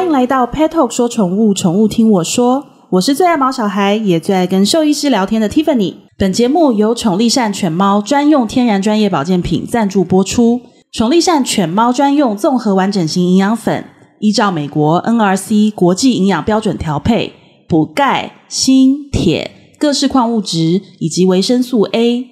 迎来到 Pet Talk 说宠物，宠物听我说。我是最爱毛小孩也最爱跟兽医师聊天的 Tiffany。本节目由宠力善犬猫专用天然专业保健品赞助播出。宠力善犬猫专用综合完整型营养粉，依照美国 NRC 国际营养标准调配，补钙、锌、铁、各式矿物质以及维生素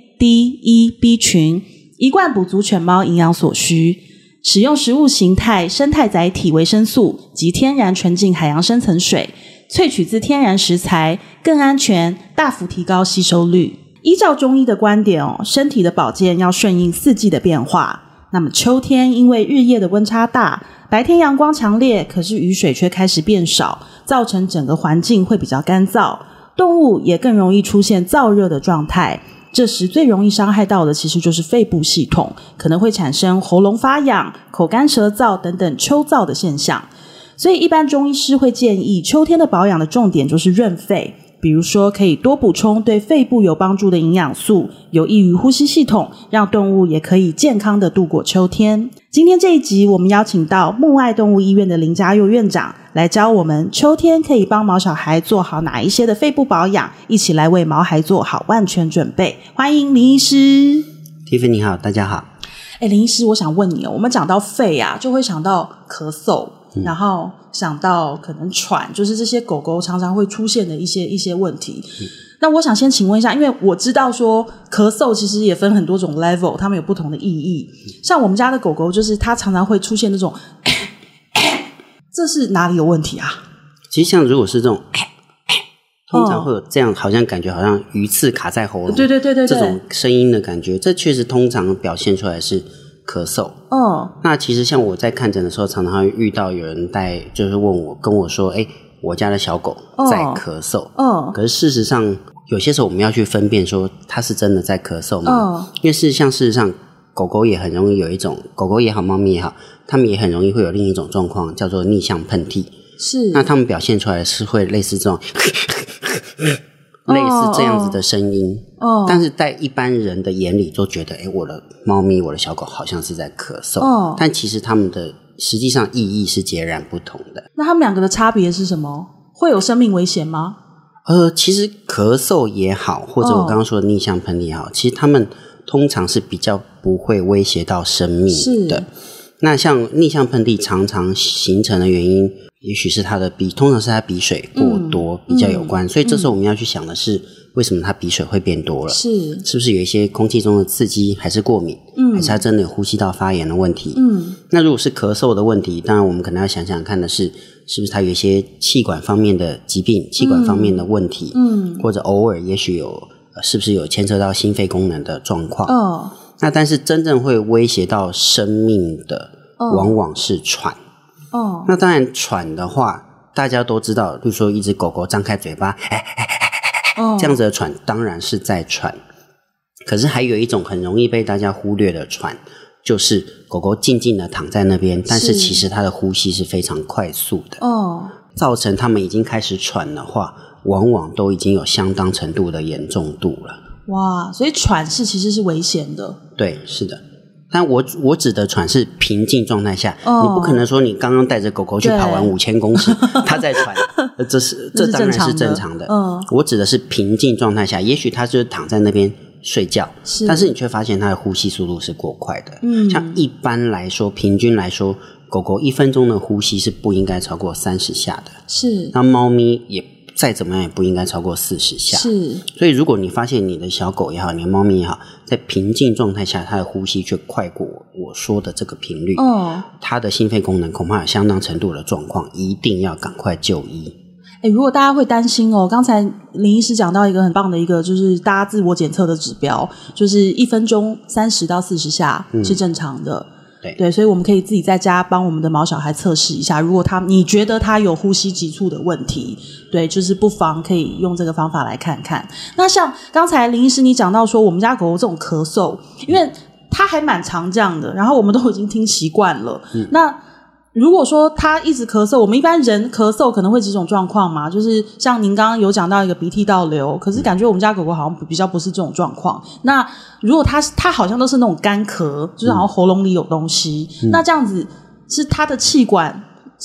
A、D、E、B 群，一贯补足犬猫营养所需。使用食物形态、生态载体维生素及天然纯净海洋深层水，萃取自天然食材，更安全，大幅提高吸收率。依照中医的观点身体的保健要顺应四季的变化。那么秋天因为日夜的温差大，白天阳光强烈，可是雨水却开始变少，造成整个环境会比较干燥，动物也更容易出现燥热的状态。这时最容易伤害到的其实就是肺部系统，可能会产生喉咙发痒、口干舌燥等等秋燥的现象。所以一般中医师会建议秋天的保养的重点就是润肺，比如说可以多补充对肺部有帮助的营养素，有益于呼吸系统，让动物也可以健康的度过秋天。今天这一集我们邀请到牧爱动物医院的林家佑院长来教我们秋天可以帮毛小孩做好哪一些的肺部保养，一起来为毛孩做好万全准备。欢迎林医师。 Tiffany 你好，大家好。 林医师，我想问你我们讲到肺啊就会想到咳嗽，然后想到可能喘，就是这些狗狗常常会出现的一些问题。那我想先请问一下，因为我知道说咳嗽其实也分很多种 level， 它们有不同的意义。像我们家的狗狗就是它常常会出现那种这是哪里有问题啊？ 其实像如果是这种通常会有这样好像感觉好像鱼刺卡在喉咙， 对， 这种声音的感觉，这确实通常表现出来是咳嗽。那其实像我在看诊的时候常常会遇到有人就是跟我说我家的小狗在咳嗽。可是事实上有些时候我们要去分辨说它是真的在咳嗽吗？因为事实上狗狗也很容易有一种，狗狗也好猫咪也好，它们也很容易会有另一种状况叫做逆向喷嚏。是，那它们表现出来是会类似这种类似这样子的声音。但是在一般人的眼里都觉得我的猫咪我的小狗好像是在咳嗽。但其实它们的实际上意义是截然不同的。那它们两个的差别是什么？会有生命危险吗？ 其实咳嗽也好，或者我刚刚说的逆向喷嚏也好，其实它们通常是比较不会威胁到生命的。那像逆向喷嚏常常形成的原因，也许是通常是它鼻水过多比较有关。所以这时候我们要去想的是为什么它鼻水会变多了？是不是有一些空气中的刺激，还是过敏？还是它真的有呼吸道发炎的问题？那如果是咳嗽的问题，当然我们可能要想想看的是不是它有一些气管方面的疾病，气管方面的问题？或者偶尔也许是不是有牵涉到心肺功能的状况？那但是真正会威胁到生命的往往是喘。那当然喘的话大家都知道，比如说一只狗狗张开嘴巴这样子的喘当然是在喘。可是还有一种很容易被大家忽略的喘，就是狗狗静静的躺在那边，但是其实它的呼吸是非常快速的。造成它们已经开始喘的话，往往都已经有相当程度的严重度了。 哇，所以喘其实是危险的。 对，是的。但我指的喘是平静状态下，你不可能说你刚刚带着狗狗去跑完5000公尺它在喘，这当然是正常的。我指的是平静状态下，也许它就是躺在那边睡觉，但是你却发现它的呼吸速度是过快的。像一般来说平均来说，狗狗1分钟的呼吸是不应该超过30下的。是，那猫咪也再怎么样也不应该超过40下。是，所以如果你发现你的小狗也好，你的猫咪也好，在平静状态下它的呼吸却快过我说的这个频率，它的心肺功能恐怕有相当程度的状况，一定要赶快就医。 如果大家会担心刚才林医师讲到一个很棒的一个就是大家自我检测的指标，就是1分钟30到40下是正常的。对，所以我们可以自己在家帮我们的毛小孩测试一下，如果你觉得他有呼吸急促的问题，对，就是不妨可以用这个方法来看看。那像刚才林医师你讲到说我们家狗狗这种咳嗽，因为它还蛮常这样的，然后我们都已经听习惯了。那如果说他一直咳嗽，我们一般人咳嗽可能会几种状况嘛，就是像您刚刚有讲到一个鼻涕倒流，可是感觉我们家狗狗好像比较不是这种状况。那如果他好像都是那种干咳，就是好像喉咙里有东西，那这样子是他的气管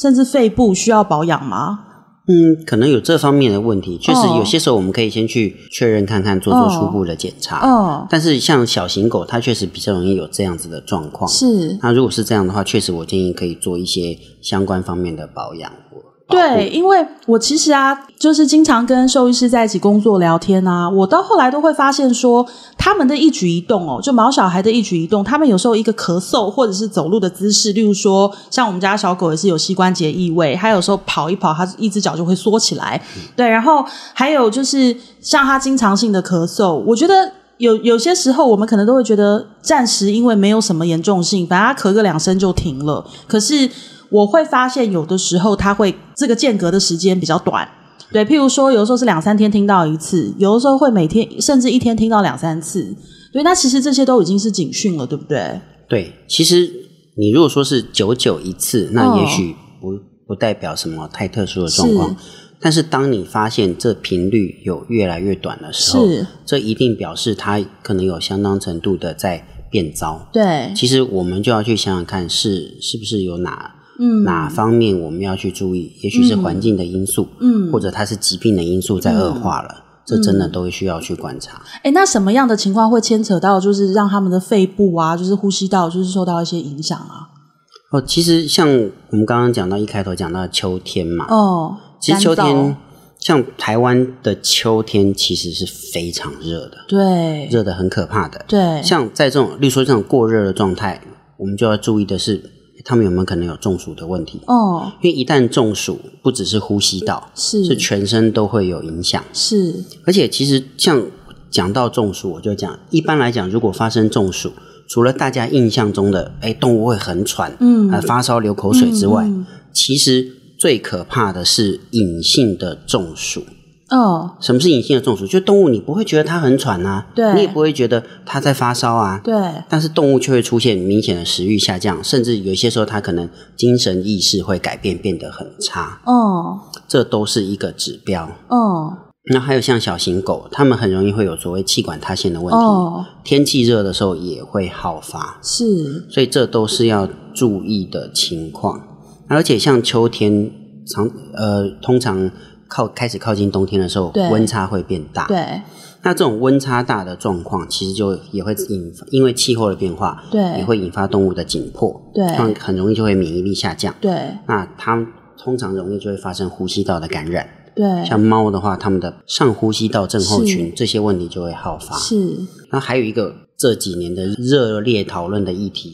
甚至肺部需要保养吗？ 可能有这方面的问题，确实有些时候我们可以先去确认看看，做初步的检查。但是像小型狗，它确实比较容易有这样子的状况。 是， 那如果是这样的话，确实我建议可以做一些相关方面的保养。 对，因为我其实就是经常跟兽医师在一起工作聊天我到后来都会发现说，他们的一举一动就毛小孩的一举一动，他们有时候一个咳嗽或者是走路的姿势，例如说像我们家小狗也是有膝关节异位，它有时候跑一跑，它一只脚就会缩起来。对，然后还有就是像它经常性的咳嗽，我觉得有些时候我们可能都会觉得暂时因为没有什么严重性，反正它咳个2声就停了，可是我会发现有的时候它会这个间隔的时间比较短，对，譬如说有的时候是2-3天听到一次，有的时候会每天甚至一天听到2-3次，对，那其实这些都已经是警讯了，对不对？ 对，其实你如果说是久久一次，那也许不代表什么太特殊的状况，但是当你发现这频率有越来越短的时候，这一定表示它可能有相当程度的在变糟。 对， 其实我们就要去想想看是不是有哪方面我们要去注意，也许是环境的因素，或者它是疾病的因素在恶化了，这真的都需要去观察。 那什么样的情况会牵扯到就是让他们的肺部就是呼吸道就是受到一些影响其实像我们刚刚讲到一开头讲到秋天嘛，其实秋天像台湾的秋天其实是非常热的， 对， 热的很可怕的。 对， 像在这种例如说这种过热的状态，我们就要注意的是他们有没有可能有中暑的问题。因为一旦中暑不只是呼吸道，是全身都会有影响。是，而且其实像讲到中暑，我就讲一般来讲如果发生中暑，除了大家印象中的动物会很喘，发烧流口水之外，其实最可怕的是隐性的中暑。什么是隐性的中暑？就动物你不会觉得它很喘对，你也不会觉得它在发烧对，但是动物却会出现明显的食欲下降，甚至有些时候它可能精神意识会改变，变得很差。这都是一个指标。那还有像小型狗，它们很容易会有所谓气管塌陷的问题，天气热的时候也会好发。是，所以这都是要注意的情况。而且像秋天通常开始靠近冬天的时候，温差会变大。对，那这种温差大的状况，其实就也会因为气候的变化，也会引发动物的紧迫，很容易就会免疫力下降。对，那它通常容易就会发生呼吸道的感染。对，像猫的话，它们的上呼吸道症候群这些问题就会好发。是，那还有一个这几年的热烈讨论的议题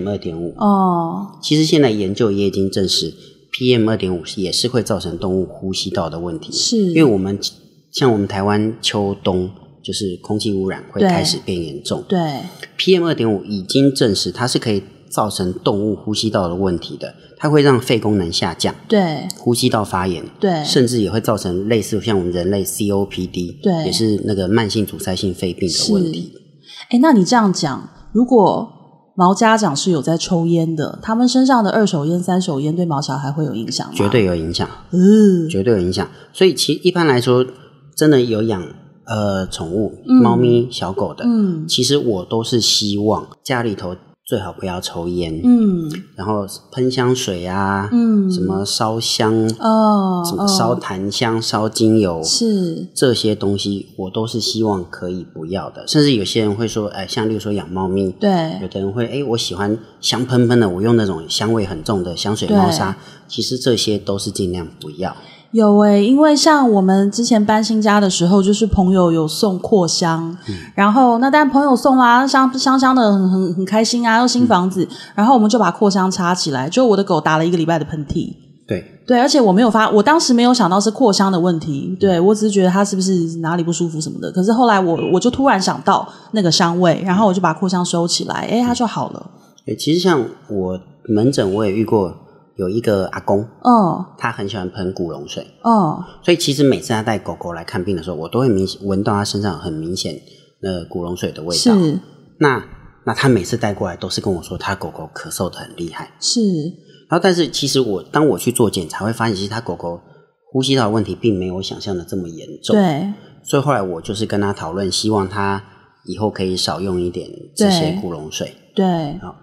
PM2.5。其实现在研究也已经证实。PM2.5 也是会造成动物呼吸道的问题，是因为我们台湾秋冬就是空气污染会开始变严重。对， PM2.5 已经证实它是可以造成动物呼吸道的问题的，它会让肺功能下降，对，呼吸道发炎，对，甚至也会造成类似像我们人类 COPD， 对，也是那个慢性阻塞性肺病的问题。 那你这样讲，如果毛家长是有在抽烟的，他们身上的2手烟、3手烟对毛小孩会有影响吗？ 绝对有影响，绝对有影响。所以其实一般来说，真的有养宠物，猫咪、小狗的，其实我都是希望家里头最好不要抽烟，然后喷香水什么烧香，什么烧檀香、烧精油，是这些东西我都是希望可以不要的。甚至有些人会说，像例如说养猫咪，对，有的人会，我喜欢香喷喷的，我用那种香味很重的香水猫砂，其实这些都是尽量不要。 有因为像我们之前搬新家的时候，就是朋友有送扩香，然后那但朋友送香的很开心又新房子，然后我们就把扩香插起来，就我的狗打了1个礼拜的喷嚏。对，而且我当时没有想到是扩香的问题，对，我只是觉得它是不是哪里不舒服什么的，可是后来我就突然想到那个香味，然后我就把扩香收起来，它就好了。 其实像我门诊我也遇过有一个阿公，他很喜欢喷古龙水，所以其实每次他带狗狗来看病的时候，我都会闻到他身上很明显的古龙水的味道。是，那他每次带过来都是跟我说他狗狗咳嗽的很厉害。是，然后但是其实当我去做检查会发现，其实他狗狗呼吸道的问题并没有我想象的这么严重。对，所以后来我就是跟他讨论，希望他以后可以少用一点这些古龙水。对，然后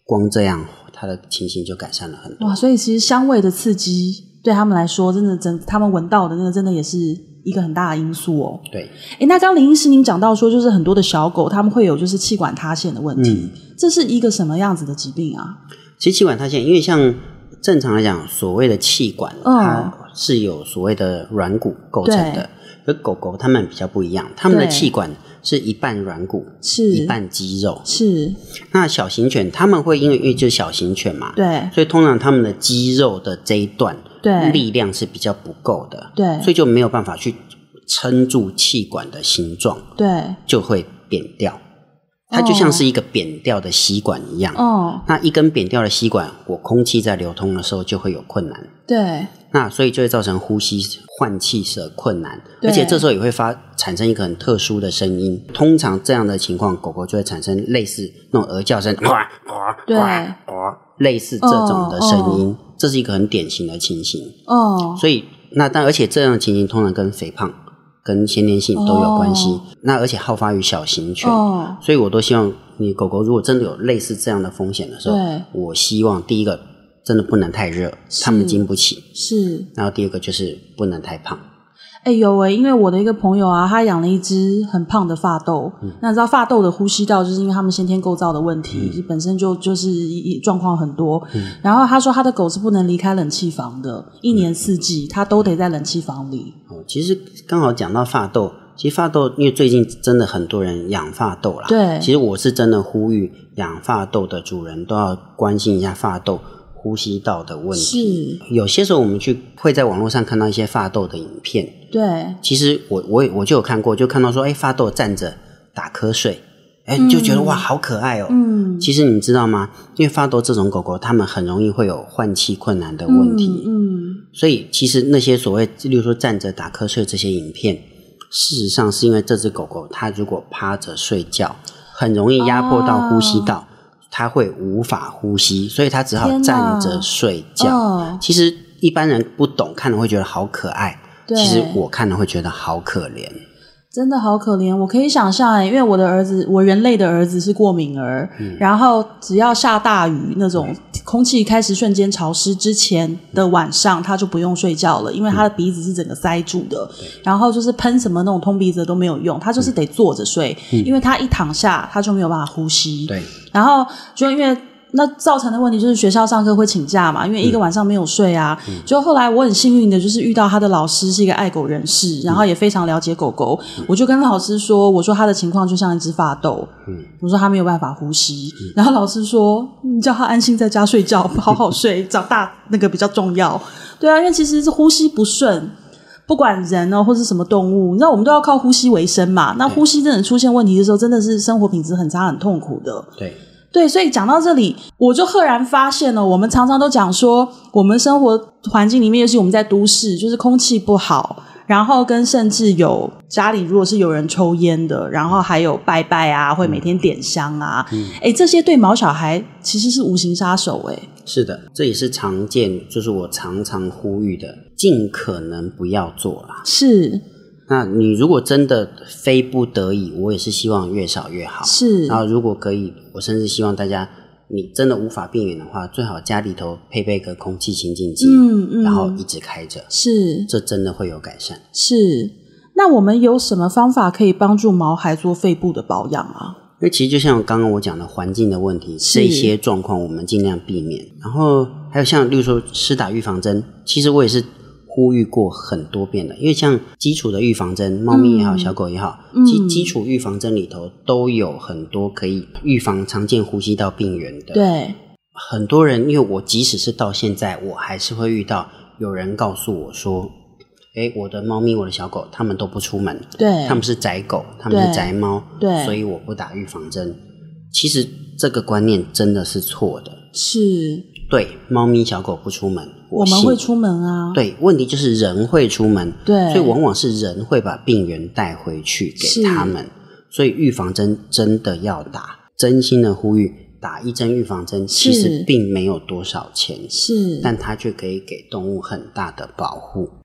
光这样它的情形就改善了很多。 哇，所以其实香味的刺激对他们来说真的他们闻到的那个真的也是一个很大的因素哦。 对， 那刚刚林医师您讲到说就是很多的小狗他们会有就是气管塌陷的问题，这是一个什么样子的疾病啊？ 其实气管塌陷，因为像正常来讲所谓的气管它是有所谓的软骨构成的，而狗狗它们比较不一样，它们的气管是一半软骨是一半肌肉。是，那小型犬它们会因为就是小型犬嘛，对，所以通常它们的肌肉的这一段力量是比较不够的，对，所以就没有办法去撑住气管的形状，对，就会扁掉。它就像是一个扁掉的吸管一样，那一根扁掉的吸管，我空气在流通的时候就会有困难，对，那所以就会造成呼吸换气的困难，而且这时候也会产生一个很特殊的声音。通常这样的情况，狗狗就会产生类似那种鹅叫声，对，类似这种的声音，这是一个很典型的情形。所以而且这样的情形通常跟肥胖跟先天性都有关系，那而且好发于小型犬，所以我都希望你狗狗如果真的有类似这样的风险的时候，我希望第一个真的不能太热，它们经不起，是，然后第二个就是不能太胖。 有因为我的一个朋友啊，他养了一只很胖的法斗，那你知道法斗的呼吸道就是因为他们先天构造的问题，本身就是状况很多，然后他说他的狗是不能离开冷气房的，一年四季他都得在冷气房里。 其实刚好讲到法斗，其实法斗因为最近真的很多人养法斗啦，对，其实我是真的呼吁养法斗的主人都要关心一下法斗呼吸道的问题。是，有些时候我们会在网络上看到一些法斗的影片，对，其实我就有看过，就看到说法斗站着打瞌睡，就觉得哇好可爱哦。其实你知道吗？因为法斗这种狗狗它们很容易会有换气困难的问题，所以其实那些所谓例如说站着打瞌睡这些影片，事实上是因为这只狗狗它如果趴着睡觉很容易压迫到呼吸道，它会无法呼吸，所以它只好站着睡觉。其实一般人不懂看了会觉得好可爱，其实我看了会觉得好可怜， 真的好可怜。我可以想象因为我人类的儿子是过敏儿，然后只要下大雨那种空气开始瞬间潮湿之前的晚上他就不用睡觉了，因为他的鼻子是整个塞住的，然后就是喷什么那种通鼻子的都没有用，他就是得坐着睡，因为他一躺下他就没有办法呼吸。对，然后就因为那造成的问题就是学校上课会请假嘛，因为一个晚上没有睡啊。就后来我很幸运的就是遇到他的老师是一个爱狗人士，然后也非常了解狗狗，我就跟老师说，我说他的情况就像一只法斗，我说他没有办法呼吸，然后老师说你叫他安心在家睡觉，好好睡，长大那个比较重要。对啊，因为其实是呼吸不顺，不管人或是什么动物，你知道我们都要靠呼吸为生嘛，那呼吸真的出现问题的时候真的是生活品质很差很痛苦的。对，所以讲到这里我就赫然发现了，我们常常都讲说我们生活环境里面，尤其我们在都市就是空气不好，然后跟甚至有家里如果是有人抽烟的，然后还有拜拜啊，会每天点香啊，这些对毛小孩其实是无形杀手。 是的，这也是常见，就是我常常呼吁的，尽可能不要做啦。是，那你如果真的非不得已，我也是希望越少越好。是，然后如果可以，我甚至希望大家，你真的无法避免的话，最好家里头配备个空气清净机，然后一直开着。是，这真的会有改善。是，那我们有什么方法可以帮助毛孩做肺部的保养啊？因为其实就像刚刚我讲的环境的问题，这些状况我们尽量避免。然后还有像例如说施打预防针，其实我也是呼吁过很多遍的，因为像基础的预防针，猫咪也好小狗也好，基础预防针里头都有很多可以预防常见呼吸道病原的。对，很多人因为我即使是到现在我还是会遇到有人告诉我说我的猫咪我的小狗他们都不出门，对，他们是宅狗，他们是宅猫，对，所以我不打预防针。其实这个观念真的是错的。是，对，猫咪小狗不出门，我们会出门啊。对，问题就是人会出门，对，所以往往是人会把病源带回去给他们，所以预防针真的要打。真心的呼吁，打一针预防针其实并没有多少钱，是，但它却可以给动物很大的保护。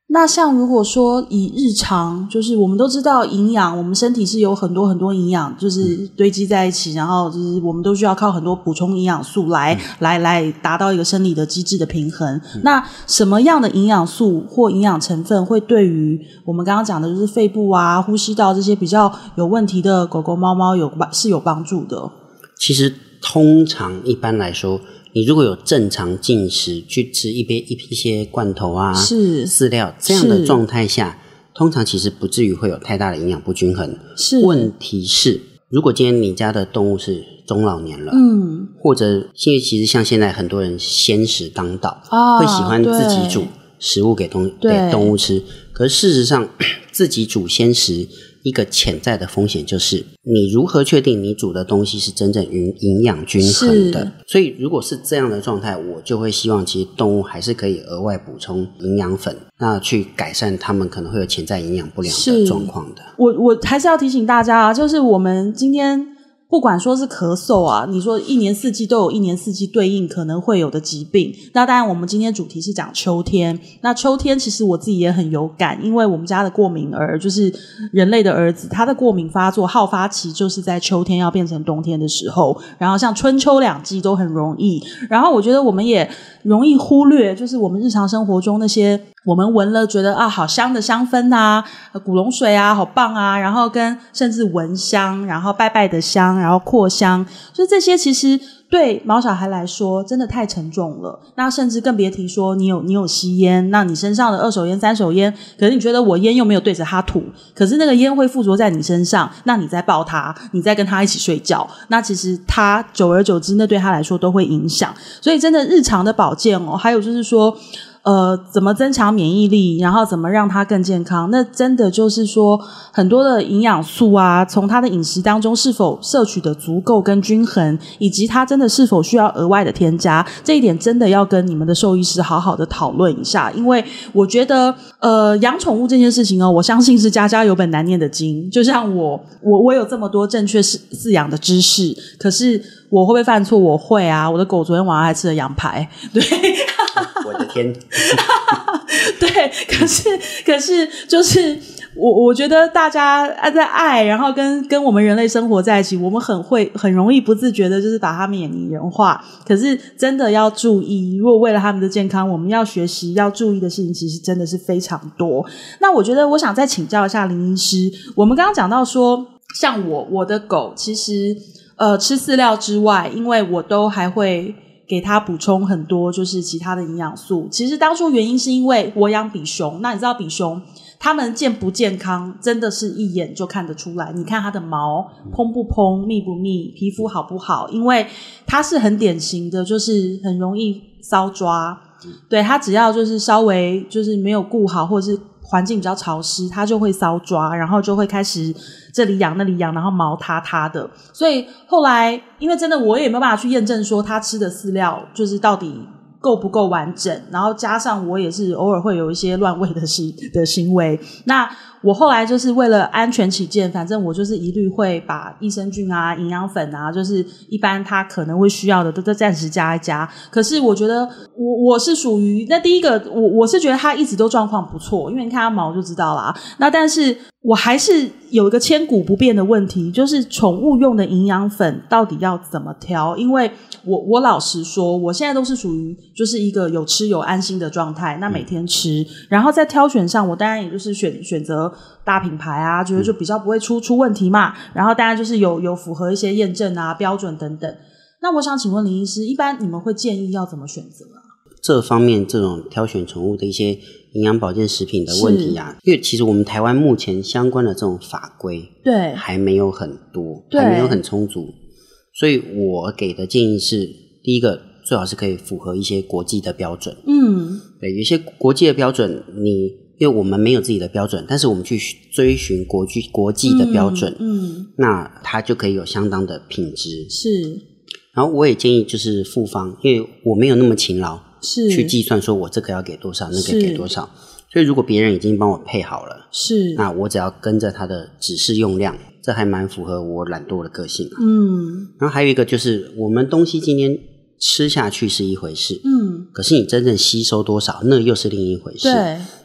那像如果说以日常，就是我们都知道营养，我们身体是有很多很多营养就是堆积在一起，然后就是我们都需要靠很多补充营养素来达到一个生理的机制的平衡。那什么样的营养素或营养成分会对于我们刚刚讲的就是肺部啊、呼吸道这些比较有问题的狗狗猫猫是有帮助的？ 其实通常一般来说，你如果有正常进食，去吃一些罐头啊、饲料这样的状态下，通常其实不至于会有太大的营养不均衡。问题是，如果今天你家的动物是中老年了，或者因为其实像现在很多人鲜食当道，会喜欢自己煮食物给动物吃，可是事实上自己煮鲜食一个潜在的风险就是你如何确定你煮的东西是真正营养均衡的。所以如果是这样的状态，我就会希望其实动物还是可以额外补充营养粉，那去改善它们可能会有潜在营养不良的状况的。 我还是要提醒大家啊，就是我们今天不管说是咳嗽啊，你说一年四季都有一年四季对应可能会有的疾病。那当然我们今天主题是讲秋天，那秋天其实我自己也很有感，因为我们家的过敏儿就是人类的儿子，他的过敏发作好发期就是在秋天要变成冬天的时候，然后像春秋两季都很容易。然后我觉得我们也容易忽略，就是我们日常生活中那些我们闻了觉得啊好香的香氛啊，古龙水啊好棒啊，然后跟甚至蚊香，然后拜拜的香，然后扩香，就这些其实对毛小孩来说真的太沉重了。那甚至更别提说你有吸烟，那你身上的二手烟三手烟，可是你觉得我烟又没有对着他吐，可是那个烟会附着在你身上，那你在抱他，你在跟他一起睡觉，那其实他久而久之那对他来说都会影响。所以真的日常的保健还有就是说怎么增强免疫力，然后怎么让它更健康，那真的就是说很多的营养素啊，从它的饮食当中是否摄取的足够跟均衡，以及它真的是否需要额外的添加，这一点真的要跟你们的兽医师好好的讨论一下。因为我觉得养宠物这件事情我相信是家家有本难念的经，就像我有这么多正确饲养的知识，可是我会不会犯错？我会啊，我的狗昨天晚上还吃了羊排，对我的天对，可是就是我觉得大家在爱，然后跟我们人类生活在一起，我们很容易不自觉的就是把他们也拟人化，可是真的要注意，如果为了他们的健康，我们要学习要注意的事情其实真的是非常多。那我觉得我想再请教一下林医师，我们刚刚讲到说像我的狗其实吃饲料之外，因为我都还会给它补充很多就是其他的营养素。其实当初原因是因为我养比熊，那你知道比熊它们健不健康真的是一眼就看得出来，你看它的毛蓬不蓬密不密，皮肤好不好，因为它是很典型的就是很容易搔抓，对，它只要就是稍微就是没有顾好，或者是环境比较潮湿，它就会搔抓，然后就会开始这里痒那里痒，然后毛塌塌的。所以后来因为真的我也没有办法去验证说它吃的饲料就是到底够不够完整，然后加上我也是偶尔会有一些乱喂的行为，那我后来就是为了安全起见，反正我就是一律会把益生菌啊营养粉啊就是一般他可能会需要的都暂时加一加。可是我觉得我是属于那第一个我是觉得他一直都状况不错，因为你看他毛就知道啦。那但是我还是有一个千古不变的问题，就是宠物用的营养粉到底要怎么挑。因为我老实说我现在都是属于就是一个有吃有安心的状态，那每天吃，然后在挑选上我当然也就是选择大品牌啊，觉得就比较不会出问题嘛，然后当然就是有符合一些验证啊标准等等。那我想请问林医师，一般你们会建议要怎么选择啊？ 这方面这种挑选宠物的一些营养保健食品的问题啊，因为其实我们台湾目前相关的这种法规对还没有很多，还没有很充足，所以我给的建议是，第一个最好是可以符合一些国际的标准。对，有一些国际的标准因为我们没有自己的标准，但是我们去追寻国际的标准，那它就可以有相当的品质。是，然后我也建议就是复方，因为我没有那么勤劳去计算说我这个要给多少那个给多少，所以如果别人已经帮我配好了，是，那我只要跟着他的指示用量，这还蛮符合我懒惰的个性。然后还有一个就是我们东西今天吃下去是一回事，可是你真正吸收多少那又是另一回事。对，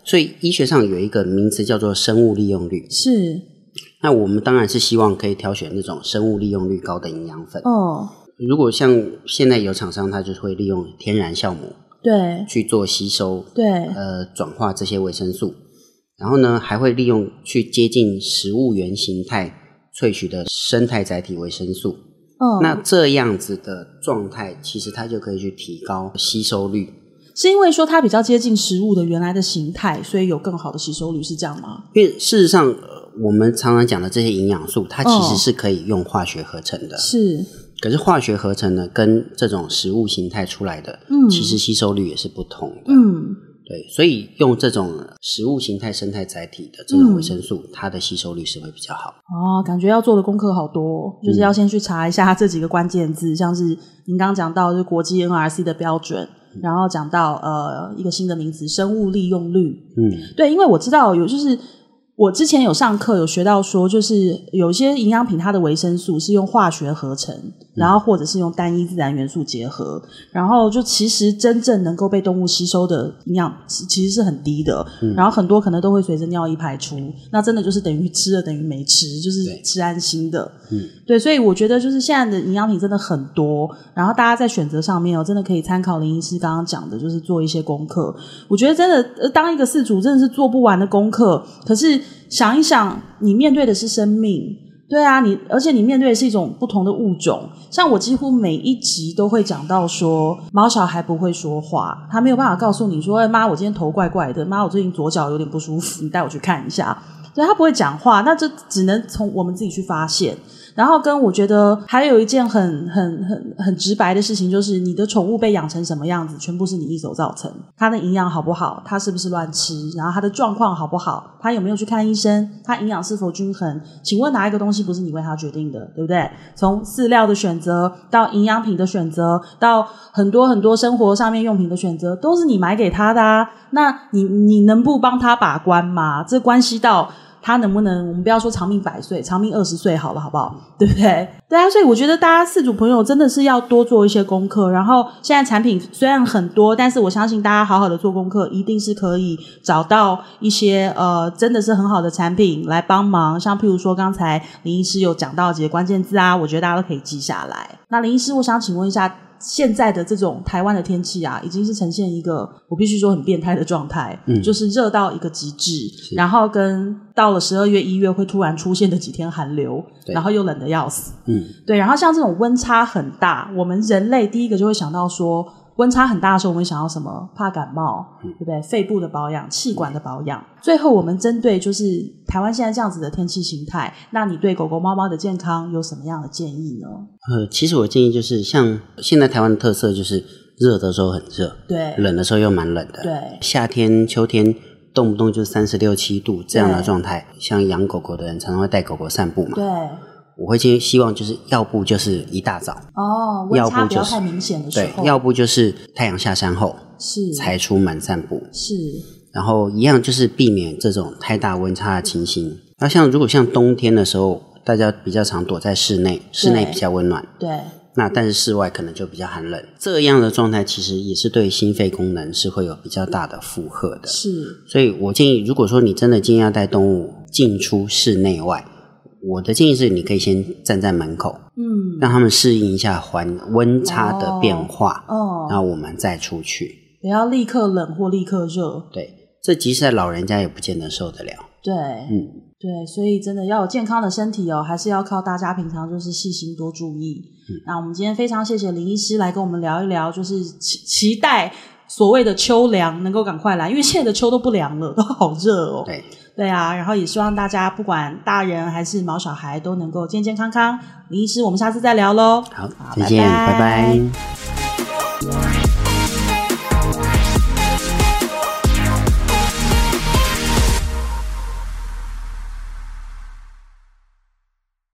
所以医学上有一个名词叫做生物利用率。 是。 那我们当然是希望可以挑选那种生物利用率高的营养粉。 哦。 如果像现在有厂商，他就会利用天然酵母， 对， 去做吸收， 对， 转化这些维生素，然后呢，还会利用去接近食物原形态萃取的生态载体维生素。那这样子的状态，其实它就可以去提高吸收率。 是因为说它比较接近食物的原来的形态，所以有更好的吸收率，是这样吗？ 因为事实上，我们常常讲的这些营养素，它其实是可以用化学合成的。 是。 可是化学合成呢，跟这种食物形态出来的，其实吸收率也是不同的。对，所以用这种食物形态生态载体的这种维生素，它的吸收率是会比较好。 感觉要做的功课好多，就是要先去查一下这几个关键字，像是您刚刚讲到就是国际 NRC 的标准，然后讲到一个新的名词生物利用率。对，因为我知道就是我之前有上课有学到说，就是有一些营养品它的维生素是用化学合成，然后或者是用单一自然元素结合，然后就其实真正能够被动物吸收的营养其实是很低的，然后很多可能都会随着尿液排出，那真的就是等于吃了等于没吃，就是吃安心的。对，所以我觉得就是现在的营养品真的很多，然后大家在选择上面真的可以参考林医师刚刚讲的，就是做一些功课。我觉得真的当一个饲主真的是做不完的功课，可是想一想，你面对的是生命，对啊，而且你面对的是一种不同的物种。像我几乎每一集都会讲到说，毛小孩不会说话，他没有办法告诉你说，妈，我今天头怪怪的，妈，我最近左脚有点不舒服，你带我去看一下。对，他不会讲话，那这只能从我们自己去发现。然后跟我觉得还有一件很直白的事情，就是你的宠物被养成什么样子，全部是你一手造成。它的营养好不好，它是不是乱吃，然后它的状况好不好，它有没有去看医生，它营养是否均衡，请问哪一个东西不是你为它决定的，对不对？从饲料的选择到营养品的选择，到很多生活上面用品的选择，都是你买给它的啊。那你能不帮它把关吗？这关系到他能不能，我们不要说长命100岁，长命20岁好了，好不好？对不对？对啊，所以我觉得大家饲主朋友真的是要多做一些功课。然后现在产品虽然很多，但是我相信大家好好的做功课，一定是可以找到一些真的是很好的产品来帮忙。像譬如说刚才林医师有讲到几个关键字啊，我觉得大家都可以记下来。那林医师，我想请问一下，现在的这种台湾的天气啊，已经是呈现一个我必须说很变态的状态，就是热到一个极致，然后跟到了12月1月会突然出现的几天寒流，然后又冷得要死。对，然后像这种温差很大，我们人类第一个就会想到说，温差很大的时候我们会想到什么？怕感冒，对不对？肺部的保养，气管的保养。最后我们针对就是台湾现在这样子的天气形态，那你对狗狗猫猫的健康有什么样的建议呢？ 其实我建议就是像现在台湾的特色就是热的时候很热， 对， 冷的时候又蛮冷的， 对， 夏天秋天动不动就36、7度这样的状态。像养狗狗的人常常会带狗狗散步嘛， 对， 我会希望就是要不就是一大早温差不要太明显的时候， 对，要不就是太阳下山后是才出门散步， 是， 然后一样就是避免这种太大温差的情形。那如果像冬天的时候，大家比较常躲在室内，室内比较温暖， 对， 那但是室外可能就比较寒冷，这样的状态其实也是对心肺功能是会有比较大的负荷的。 是， 所以我建议，如果说你真的今天要带动物进出室内外，我的建议是你可以先站在门口，让他们适应一下温差的变化，然后我们再出去， 不要立刻冷或立刻热。 对，这即使在老人家也不见得受得了。 对，对，所以真的要有健康的身体还是要靠大家平常就是细心多注意。那我们今天非常谢谢林医师来跟我们聊一聊，就是期待所谓的秋凉能够赶快来，因为现在的秋都不凉了，都好热哦。对啊，然后也希望大家不管大人还是毛小孩都能够健健康康。林医师，我们下次再聊咯。 好，再见，拜拜。